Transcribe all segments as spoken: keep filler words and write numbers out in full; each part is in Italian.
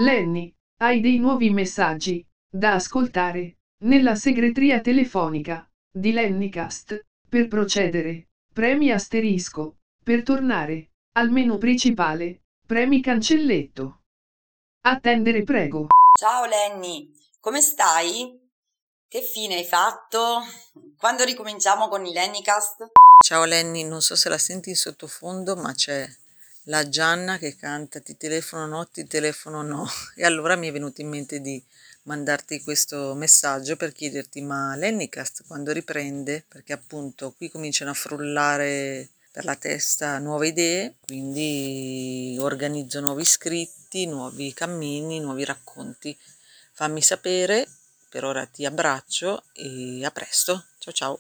Lenny, hai dei nuovi messaggi da ascoltare nella segreteria telefonica di Lennycast. Per procedere, premi asterisco. Per tornare al menu principale, premi cancelletto. Attendere prego. Ciao Lenny, come stai? Che fine hai fatto? Quando ricominciamo con i Lennycast? Ciao Lenny, non so se la senti in sottofondo, ma c'è la Gianna che canta Ti telefono no, ti telefono no. E allora mi è venuto in mente di mandarti questo messaggio per chiederti: ma Lennycast quando riprende? Perché appunto qui cominciano a frullare per la testa nuove idee, quindi organizzo nuovi scritti, nuovi cammini, nuovi racconti. Fammi sapere, per ora ti abbraccio e a presto. Ciao ciao.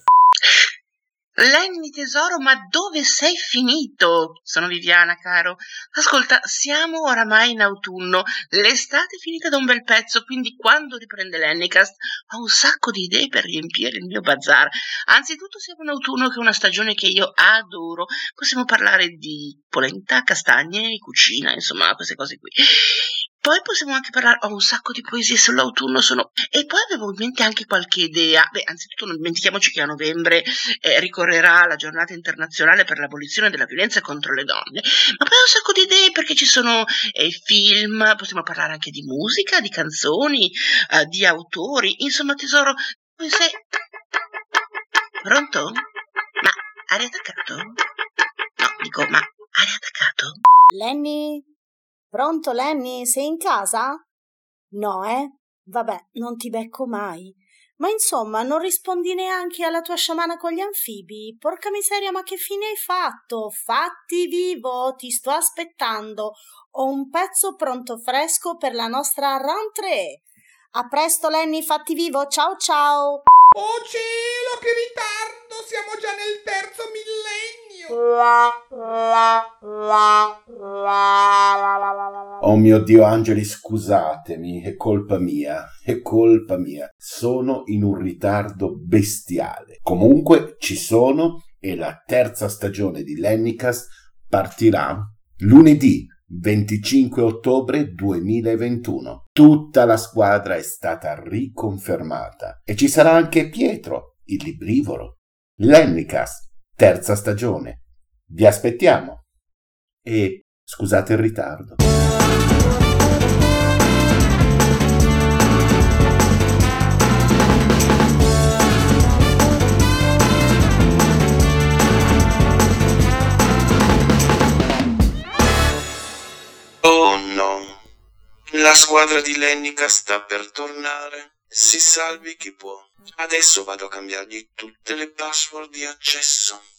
Lenny tesoro, ma dove sei finito? Sono Viviana, caro. Ascolta, siamo oramai in autunno, l'estate è finita da un bel pezzo, quindi quando riprende Lennycast ho un sacco di idee per riempire il mio bazar. Anzitutto siamo in autunno, che è una stagione che io adoro. Possiamo parlare di polenta, castagne, cucina, insomma, queste cose qui. Poi possiamo anche parlare, ho un sacco di poesie sull'autunno, sono... E poi avevo in mente anche qualche idea. Beh, anzitutto non dimentichiamoci che a novembre eh, ricorrerà la giornata internazionale per l'abolizione della violenza contro le donne, ma poi ho un sacco di idee perché ci sono eh, film, possiamo parlare anche di musica, di canzoni, eh, di autori, insomma tesoro, dove sei? Pronto? Ma hai attaccato? No, dico, ma hai attaccato? Lenny? Pronto, Lenny? Sei in casa? No, eh? Vabbè, non ti becco mai. Ma insomma, non rispondi neanche alla tua sciamana con gli anfibi? Porca miseria, ma che fine hai fatto? Fatti vivo, ti sto aspettando. Ho un pezzo pronto fresco per la nostra rentrée. A presto, Lenny, fatti vivo, ciao ciao! Oh cielo, che ritardo! Siamo già nel terzo millennio! Oh mio Dio, angeli, scusatemi, è colpa mia, è colpa mia. Sono in un ritardo bestiale. Comunque ci sono e la terza stagione di Lennycast partirà lunedì venticinque ottobre duemilaventuno. Tutta la squadra è stata riconfermata e ci sarà anche Pietro, il librivoro. Lennycast, terza stagione. Vi aspettiamo. E scusate il ritardo. Oh no, la squadra di Lennycast sta per tornare. Si salvi chi può. Adesso vado a cambiargli tutte le password di accesso.